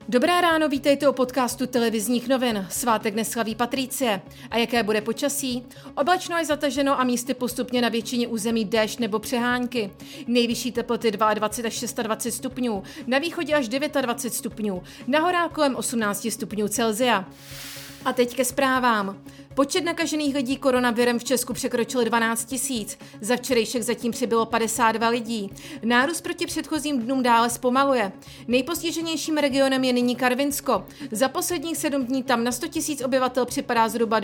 Dobré ráno, vítejte u podcastu televizních novin. Svátek neslaví Patricie. A jaké bude počasí? Oblačno až zataženo a místy postupně na většině území déšť nebo přehánky. Nejvyšší teploty 22 až 26 stupňů, na východě až 29 stupňů, na horách kolem 18 stupňů Celsia. A teď ke zprávám. Počet nakažených lidí koronavirem v Česku překročil 12 000. Za včerejšek zatím přibylo 52 lidí. Nárůst proti předchozím dnům dále zpomaluje. Nejpostiženějším regionem je nyní Karvinsko. Za posledních 7 dní tam na 100 000 obyvatel připadá zhruba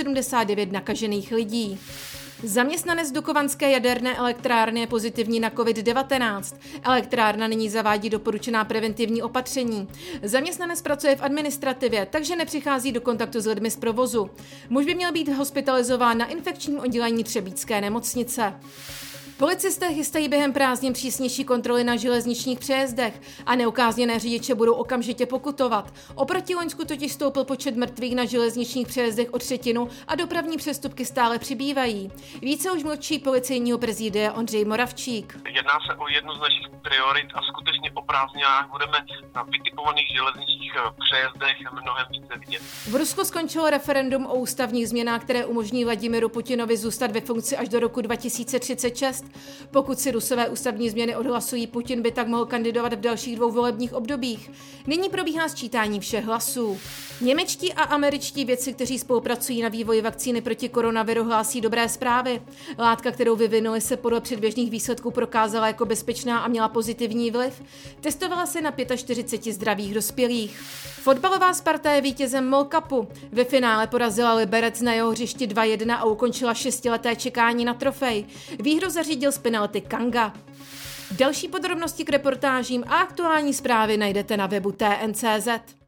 279 nakažených lidí. Zaměstnanec Dukovanské jaderné elektrárny je pozitivní na COVID-19. Elektrárna nyní zavádí doporučená preventivní opatření. Zaměstnanec pracuje v administrativě, takže nepřichází do kontaktu s lidmi z provozu. Muž by měl být hospitalizován na infekčním oddělení Třebíčské nemocnice. Policisté chystají během prázdnin přísnější kontroly na železničních přejezdech a neukázněné řidiče budou okamžitě pokutovat. Oproti loňsku totiž stoupl počet mrtvých na železničních přejezdech o 1/3 a dopravní přestupky stále přibývají. Více už mluvčí policejního prezidia Ondřej Moravčík. Jedná se o jednu z našich priorit a skutečně o prázdninách budeme na vytipovaných železničních přejezdech mnohem více vidět. V Rusku skončilo referendum o ústavních změnách, které umožní Vladimiru Putinovi zůstat ve funkci až do roku 2036. Pokud si Rusové ústavní změny odhlasují, Putin by tak mohl kandidovat v dalších 2 volebních obdobích. Nyní probíhá sčítání všech hlasů. Němečtí a američtí vědci, kteří spolupracují na vývoji vakcíny proti koronaviru, hlásí dobré zprávy. Látka, kterou vyvinuli, se podle předběžných výsledků prokázala jako bezpečná a měla pozitivní vliv. Testovala se na 45 zdravých dospělých. Fotbalová Sparta je vítězem MOL Cupu. Ve finále porazila Liberec na jeho hřišti 2-1 a ukončila 6leté čekání na trofej. Výhru zařídil z penalty Kanga. Další podrobnosti k reportážím a aktuální zprávy najdete na webu TN.cz.